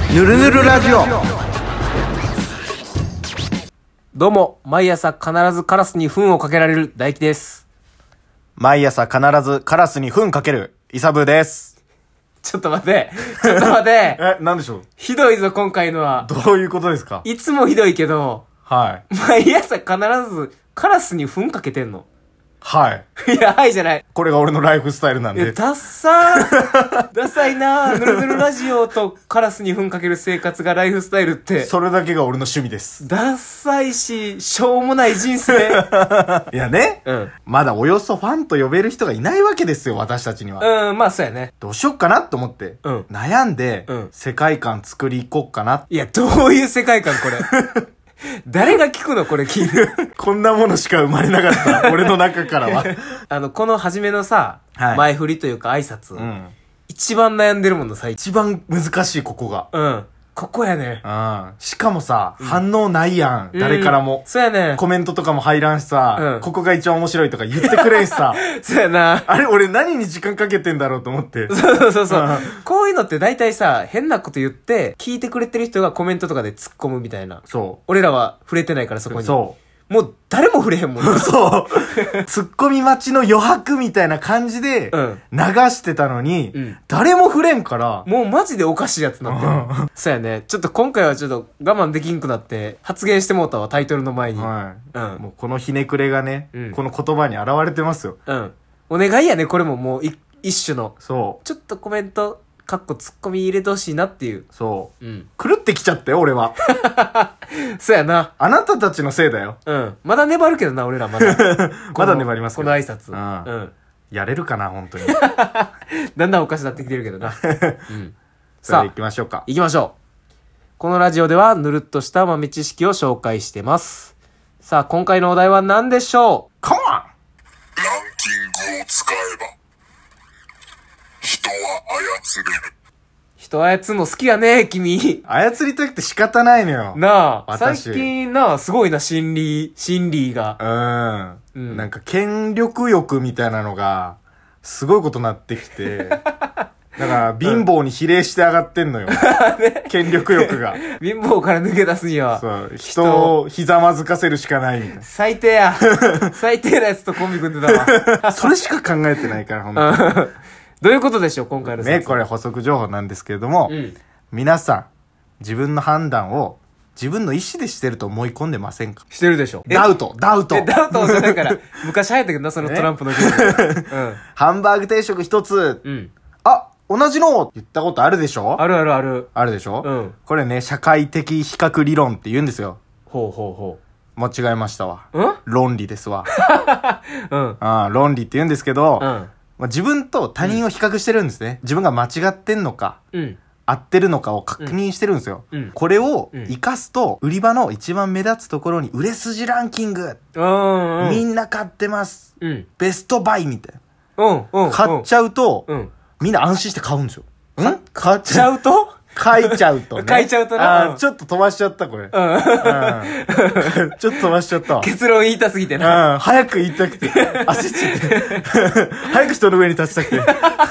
ぬるぬるラジオ。 どうも、毎朝必ずカラスに糞をかけられる大輝です。 毎朝必ずカラスに糞かけるイサブーです。 ちょっと待て。 なんでしょう。 ひどいぞ、今回のは。 どういうことですか？ いつもひどいけど、 はい。 毎朝必ずカラスに糞かけてんの。 はい。 いや、はいじゃない。 これが俺のライフスタイルなんいや、 で。 ダッサー。ダサいなー。ぬるぬるラジオとカラスに糞かける生活がライフスタイルって。 それだけが俺の趣味です。 ダッサいし、しょうもない人生。 いやね。 うん。 まだおよそファンと呼べる人がいないわけですよ、私たちには。 まあそうやね。 どうしよっかなと思って。 うん。 悩んで、 うん世界観作りいこっかな。 いや、どういう世界観これ。誰が聞くのこれ聞いて。 こんなものしか生まれなかった。俺の中からは。 この初めのさ、 はい前振りというか挨拶、 うん。 一番悩んでるもんな、最近。 一番難しい、ここが。 うん。ここやね。 うん。しかもさ、反応ないやん。誰からも。 そうやね。 コメントとかも入らんしさ、 うんここが一番面白いとか言ってくれんしさ、 そうやな。 あれ俺何に時間かけてんだろうと思って。 そうそうそう。 うんこういうのって大体さ、変なこと言って、聞いてくれてる人がコメントとかで突っ込むみたいな。 そ俺らは触れてないからそこう。 に。 そもう誰も触れへんもんな。 う。そう。ツッコミ待ちの余白みたいな感じで、 うん流してたのに、 うん誰も触れんから、 もうマジでおかしいやつになってる。そうやね。ちょっと今回はちょっと我慢できんくなって発言してもうたわ、タイトルの前に。 はい。 うんもうこのひねくれがね、 うんこの言葉に現れてますよ。 うん。お願いやね、これももう一種の。 そう。 ちょっとコメント、かっこツッコミ入れてほしいなっていう。 そう。 うん。 狂ってきちゃったよ、俺は。 そうやな。 あなたたちのせいだよ。 うん。まだ粘るけどな、俺らまだ。 まだ粘りますけどこの挨拶。 うんうん。 やれるかな、本当に。 だんだんおかしなってきてるけどな。うん。 さあ、 さあ行きましょうか。 行きましょう。このラジオではぬるっとした豆知識を紹介してます。さあ、今回のお題は何でしょカモン。 ランキングを使えば人は操れる。 う？人操るの好きやね、君。 操りたくて仕方ないのよ。 なあ、最私近なあ、すごいな、心理が。うんなんか権力欲みたいなのが、すごいことになってきて、だから貧乏に比例して上がってんのよ。権力欲が。 貧乏から抜け出すには。 そう、人をひざまずかせるしかないみたい最低や。最低なやつとコンビ組んでたわ。 な。それしか考えてないから、ほんとどういうことでしょう、今回のに。ね、これ補足情報なんですけれども、 うん。 皆さん、自分の判断を自分の意思でしてると思い込んでませんか？ してるでしょ。 ダウト。 ダウトじゃないから。昔流行ったけどな、そのトランプのゲーム。 ハンバーグ定食一つ、 うん。うん。 あ、同じの言ったことあるでしょ？ あるあるある。 あるでしょ？ うんこれね、社会的比較理論って言うんですよ。 ほうほうほ間違えましたわ。 う。 論理ですわ。 うん。 論理って言うんですけど、 うん。 自分と他人を比較してるんですね。自分が間違ってんのか、 うん。 合ってるのかを確認してるんですよ。 うんこれをうん活かすと、売り場の一番目立つところに売れ筋ランキング、 うん。 みんな買ってます。 うん。 ベストバイみたいうん。うん。 な。買っちゃうと、 うん。 みんな安心して買うんですよ。買っちゃうと書いちゃうとね。 書いちゃうとなちょっと飛ばしちゃった、これ。 うん。 ちょっと飛ばしちゃったわ。 結論言いたすぎてな。 早く言いたくて、焦っちゃって。早く人の上に立ちたくて。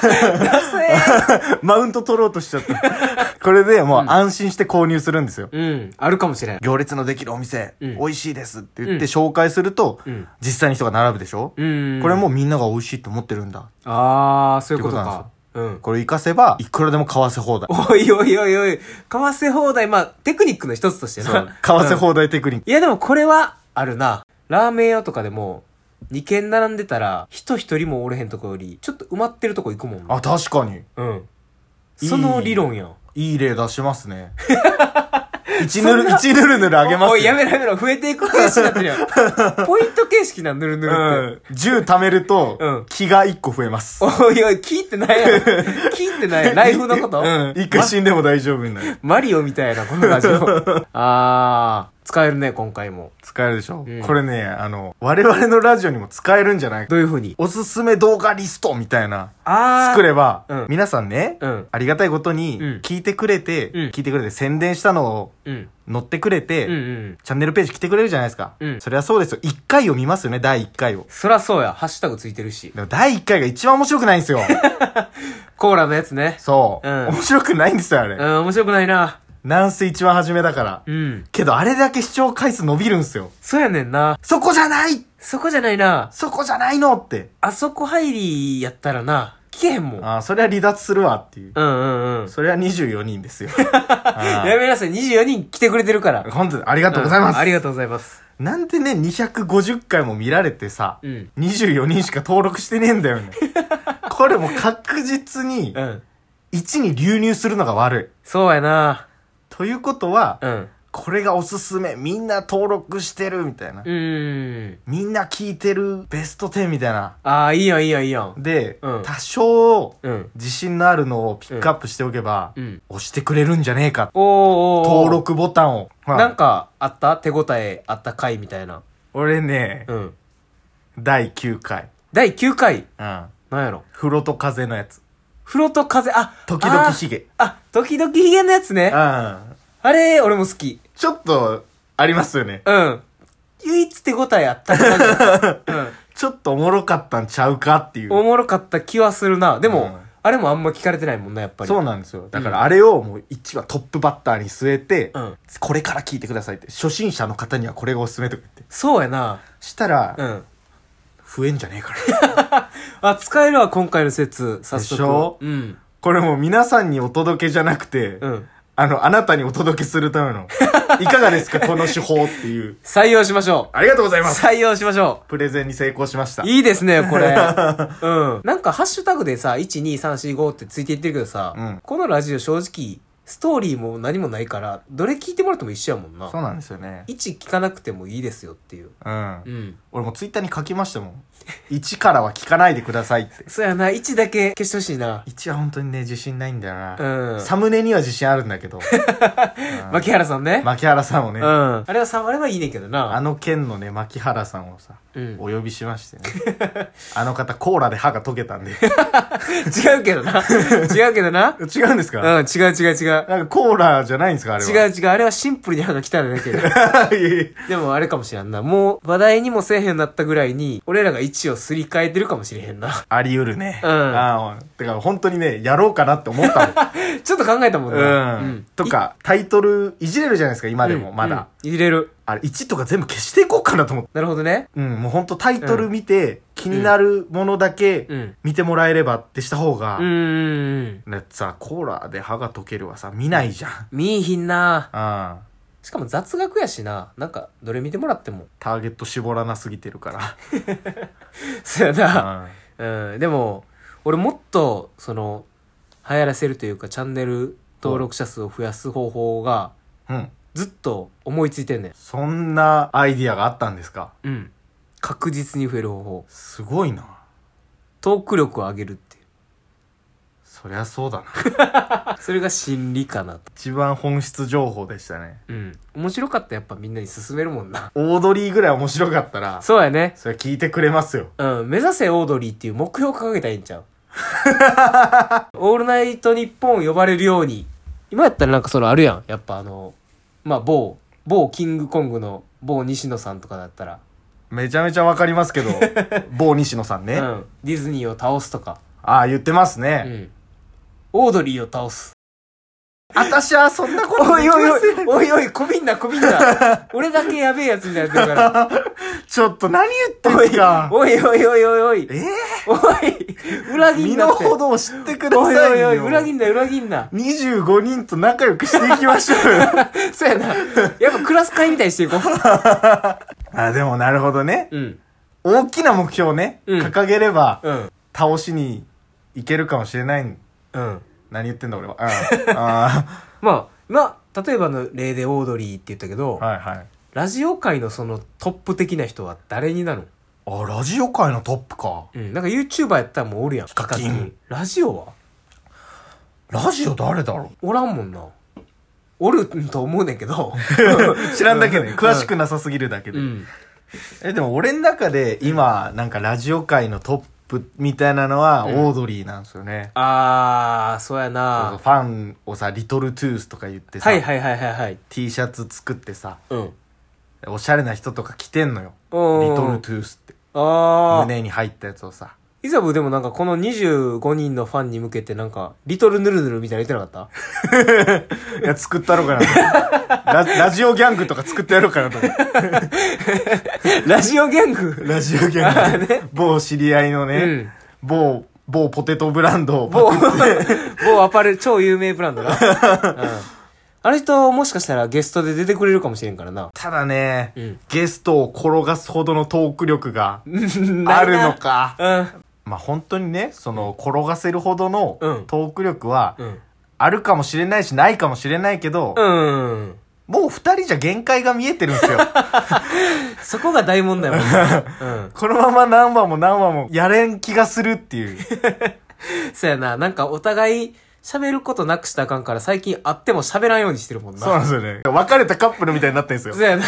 マウント取ろうとしちゃった。これでもう安心して購入するんですよ。 うん。あるかもしれん。 行列のできるお店、 うん美味しいですって言って紹介すると、 うん実際に人が並ぶでしょ、 うん。 これもうみんなが美味しいと思ってるんだ。 あー、そういうことってことなんか。うん。 これ活かせば、いくらでも買わせ放題。 おいおいおいおい。買わせ放題、まあ、テクニックの一つとしてそうな。 買わせ放題テクニック。 いやでもこれは、あるな。ラーメン屋とかでも、2軒並んでたら、人一人もおれへんとこより、ちょっと埋まってるとこ行くもんな。 あ、確かに。 うん。その理論やん。 いい例出しますね。1ぬるぬるあげますよ。 おい、やめろやめろ。増えていく形式になってるやん。ポイント形式な、ぬるぬるって。 10貯めると、 うん気が1個増えます。 おいおい、聞いてないやん。聞いてないやん。ライフのこと 1回死んでも大丈夫になる。 マリオみたいな、このラジオ。使えるね、今回も。 使えるでしょ、 うんこれね、我々のラジオにも使えるんじゃないか。 どういう風におすすめ動画リストみたいな。 あ作れば、 うん皆さんね、 うんありがたいことにうん聞いてくれて、 うん聞いてくれて宣伝したのをうん。 載ってくれて、 うんうん。 チャンネルページ来てくれるじゃないですか。 うんそれはそうですよ。1回を見ますよね、第1回を。 そらそうや。ハッシュタグついてるし。 でも第1回が一番面白くないんですよ。 コーラのやつね。 そう、 うん面白くないんですよ、あれ。 うん、面白くないな。 なんせ一番初めだから。 うん。 けどあれだけ視聴回数伸びるんすよ。 そうやねんな。 そこじゃないそこじゃないな。 そこじゃないのって。 あそこ入りやったらな、聞けへんもん。 ああ、それは離脱するわっていう。 うんうんうん。 それは24人ですよ。 やめなさい、24人来てくれてるから。 本当にありがとうございます。 ありがとうございます。 なんでね、250回も見られてさ、 うん。 24人しか登録してねえんだよね。これもう確実に、 うん。 1に流入するのが悪い。 そうやな。 ということは、 うん。 これがおすすめ、みんな登録してるみたいな。みんな聞いてるベスト10みたいな。 ああ、いいやんいいやんいいやん。 で、 うん多少、 うん。 自信のあるのをピックアップしておけば、 うん。 押してくれるんじゃねえか。 おーおーおー。 登録ボタンを。 なんか、あった手応えあった回みたいな。 俺ね、 うん。 第9回。 第9回。 うん。 なんやろ。 風呂と風のやつ。 風呂と風、あ、 時々ひげ。 時々ひげのやつね。 うん。 あれ、俺も好き。 ちょっと、ありますよね。 うん。唯一手応えあった感じ。 ちょっとおもろかったんちゃうかっていう。 おもろかった気はするな。でも、 うんあれもあんま聞かれてないもんな、やっぱり。 そうなんですよ。だからあれをもう1話トップバッターに据えて、 うんこれから聞いてくださいって。初心者の方にはこれがおすすめとか言って。 そうやな。 したら、 うん。 増えんじゃねえかな。 あ、使えるわ、今回の説。早速。 でしょうん。 これもう皆さんにお届けじゃなくて、 うん。 あなたにお届けするための、いかがですかこの手法っていう。 採用しましょう。 ありがとうございます。 採用しましょプレゼンに成功しました。 う。いいですね、これ。うん。なんか、ハッシュタグでさ、1、2、3、4、5ってついていってるけどさ、 うんこのラジオ正直、ストーリーも何もないから、どれ聞いてもらっても一緒やもんな。 そうなんですよね。 1聞かなくてもいいですよっていう。 うん。 うん。 俺もツイッターに書きましたもん。1からは聞かないでくださいって。 そうやな、1だけ消してほしいな。 1は本当にね、自信ないんだよな。 うんサムネには自信あるんだけど。 牧原さんね。 牧原さんをね、 うん。あれはいいねんけどな。 あの県のね、牧原さんをさ、 うんお呼びしましてね。あの方、コーラで歯が溶けたんで。 違うけどな。違うけどな。 違うんですか、 うん、違う違う違う。 なんかコーラじゃないんですかあれは。 違う違う。あれはシンプルに歯が汚いだけで。 いやいやでもあれかもしれんな。もう話題にもせえへんようになったぐらいに、俺らが位置をすり替えてるかもしれへんな。 あり得るね。 うんああ、てか本当にね、やろうかなって思ったの。 ちょっと考えたもんな。 うん。とか、タイトルいじれるじゃないですか、今でも、まだ。。 うん入れる。 あれ、1とか全部消していこうかなと思って。 なるほどね。 うん、もうほんとタイトル見て、気になるものだけうん見てもらえればってした方が、 うん。 だってさ、コーラで歯が溶けるはさ、見ないじゃん。 見いひんな。 ああ。 しかも雑学やしな。なんか、どれ見てもらっても。 ターゲット絞らなすぎてるから。 そうやな。 うんうん。でも、俺もっと、流行らせるというか、チャンネル登録者数を増やす方法が、 うん。 ずっと思いついてんねん。 そんなアイディアがあったんですか？ うん。確実に増える方法。 すごいな。 トーク力を上げるっていう。 そりゃそうだな。 それが真理かなと。 一番本質情報でしたね。 うん。面白かったらやっぱみんなに勧めるもんな。 オードリーぐらい面白かったら、 そうやね。 それ聞いてくれますよ。 うん。目指せオードリーっていう目標を掲げたらいいんちゃうオールナイトニッポン呼ばれるように。今やったらなんかあるやん。やっぱまあ、某キングコングの某西野さんとかだったら。 めちゃめちゃわかりますけど、某西野さんね。 うん。ディズニーを倒すとか。 ああ、言ってますうね。 ん。オードリーを倒す。 私はそんなことおいおいおいできません。 おいおい、こびんな。俺だけやべえやつみたいになってるから。 ちょっと何言ってんすか。 おいおいおいおいおい。おい、裏切身んなって。 の程を知ってくだおいさいよ。 おいおい、裏切んな、裏切んな。 25人と仲良くしていきましょうよ。 そうやな。やっぱクラス会みたいにしていこう。 あ、でもなるほどね。 うん。 大きな目標をね、 うん掲げれば、 うん。 倒しにいけるかもしれない。 うん。 何言ってんだ俺は。あまあ、例えばの例でオードリーって言ったけど、 あ。はいはい。 ラジオ界のトップ的な人は誰になるの？ あ、ラジオ界のトップか。 うん。なんか YouTuber やったらもうおるやん。 ヒカキンに。ラジオはラジオ誰だろおらんもんな。おると思うねんけど。 う知らんだけで、詳しくなさすぎるだけで。 うん。 でも俺の中で今、なんかラジオ界のトップみたいなのは、オードリーなんですよね。 そうやそうそうな。 ファンをさ、リトルトゥースとか言ってさ、 はいはいはいはいはい。 T シャツ作ってさ、 うん。 おしゃれな人とか着てんのよ。リおートルトゥースって。 あ胸に入ったやつをさ。 イザブでもなんかこの25人のファンに向けてなんか、リトルヌルヌルみたいな言ってなかっいや、作ったろうかなと。ラジオギャングとか作ってやろうかなと。 たラジオギャングラジオギャング。 ね。 某知り合いのね、某ポテトブランドを某アパレル超有名ブランドな。あの人もしかしたらゲストで出てくれるかもしれんからな。 ただね、 んゲストを転がすほどのトーク力がああるのか。 うん。 まあ本当にね、その転がせるほどのうんトーク力はうん。 あるかもしれないしないかもしれないけど、 うん。 もう二人じゃ限界が見えてるんですよ。 そこが大問題もんな。うん。 このまま何話も何話もやれん気がするっていう。 そうやな。なんかお互い喋ることなくしたらあかんから最近会っても喋らんようにしてるもんな。 そうなんですよね。別れたカップルみたいになってんですよそう。やな。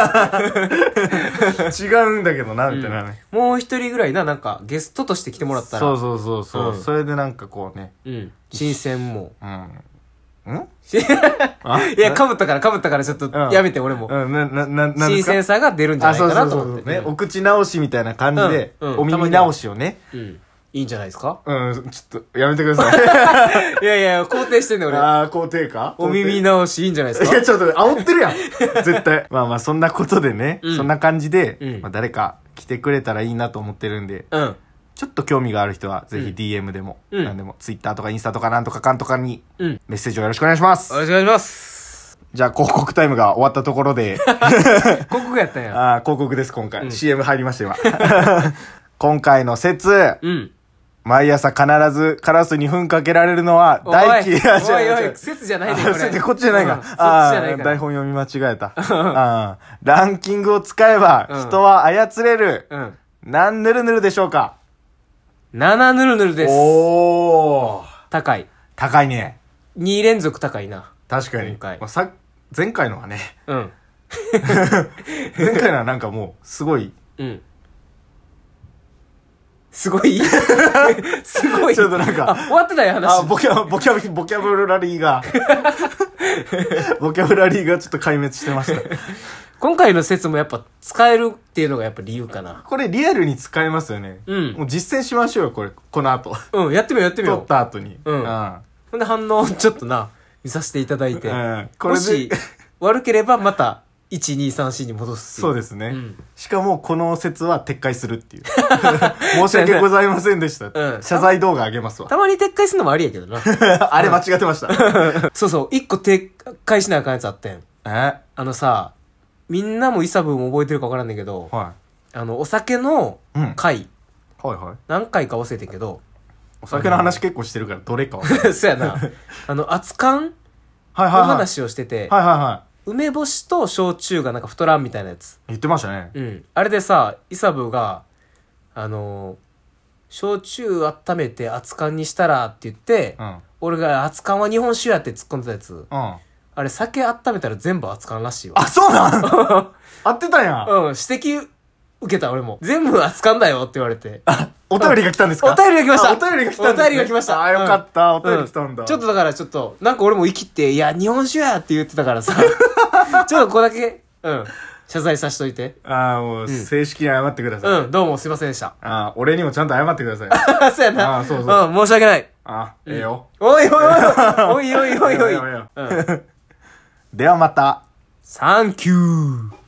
違うんだけどな、みたいなね。 もう一人ぐらいな、なんかゲストとして来てもらったら。 そうそうそうそう、 うんそれでなんかこうね。 うん。新鮮も。 うん。んいや、被ったからちょっとやめて、俺も。 うん、なんですか新鮮さが出るんじゃないかなと思って。 ね、お口直しみたいな感じで、 うんお耳直しをね。 うん。いいんじゃないですかちょっと、やめてください。 いやいや、肯定してんね俺。 あー、肯定かお耳直しいいんじゃないですかいや、ちょっと、煽ってるやん。絶対。まあまあ、そんなことでね、 うんそんな感じで、 うんまあ誰か来てくれたらいいなと思ってるんで、 うん。 ちょっと興味がある人は、ぜひ DM でも、 うんなんでも、Twitter とかインスタとかなんとかかんとかに、 うん。 メッセージをよろしくお願いしますお。願いします。 じゃあ、広告タイムが終わったところで、 広告やったんや。 広告です、今回。 うん CM 入りました、今。今回の説、 うん。 毎朝必ずカラスに糞かけられるのは大嫌い。 おいおい、説じゃないね、これ。 こっちじゃないか。 そっちじゃないから。 台本読み間違えた。ランキングを使えば人は操れる。 うん。 何ぬるぬるでしょうか 7ぬるぬるです。 おー。 高い。 高いね。 2連続高いな。 確かに。 今回まあ前回のはね、 うん。 前回のはなんかもう、すごい、 うん。すごいすごい。 ちょっとなんか終わってたよ、話。 ボキャブラリーが、ボキャブラリーがちょっと壊滅してました。 今回の説もやっぱ使えるっていうのがやっぱ理由かな。 これリアルに使えますよね。 うんもう実践しましょうよ、この後。 うん、やってみよう、やってみ撮っよう。 た後に。 うんほんで反応ちょっとな、見させていただいて。 これでもし、悪ければまた、1、2、3、4に戻すっていそうですね、 うんしかもこの説は撤回するっていう申し訳ございませんでした、 うん謝罪動画あげますわたまに撤回するのもありやけどな。 あれ間違ってましたそうそう、1個撤回しなあかんやつあってん。 はあのさ、みんなもイサブも覚えてるか分からんねんけど、お酒のうん回、 はいはい何回か忘れてんけど、 お酒の話結構してるからどれかははいそうやな。熱燗のはいはい話をしてて、 はいは梅干しと焼酎がなんか太らんみたいなやつ。 い言ってましたねうん。あれでさ、イサブが、焼酎温めて熱燗にしたらって言って、 うん俺が熱燗は日本酒やって突っ込んでたやつ。 うんあれ酒温めたら全部熱燗らしいわ。 あそうなん合ってたんやうん、指摘受けた俺も。全部熱燗だよって言われて。 お便りが来たんですかお便りが来ましたあお便りが来たんですねお便りが来ましたあよかった、 うんお便り来たんだ、 ちょっとだからちょっと、なんか俺も生きって、いや、日本酒やって言ってたからさ。ちょっとここだけ、謝罪さしといて。 もう正式に謝ってください、 どうもすいませんでした。 俺にもちゃんと謝ってくださいそうやな。 そうそううん、申し訳ない。 ええよおいおいおいおいおいおいおい。 ではまたサンキュー。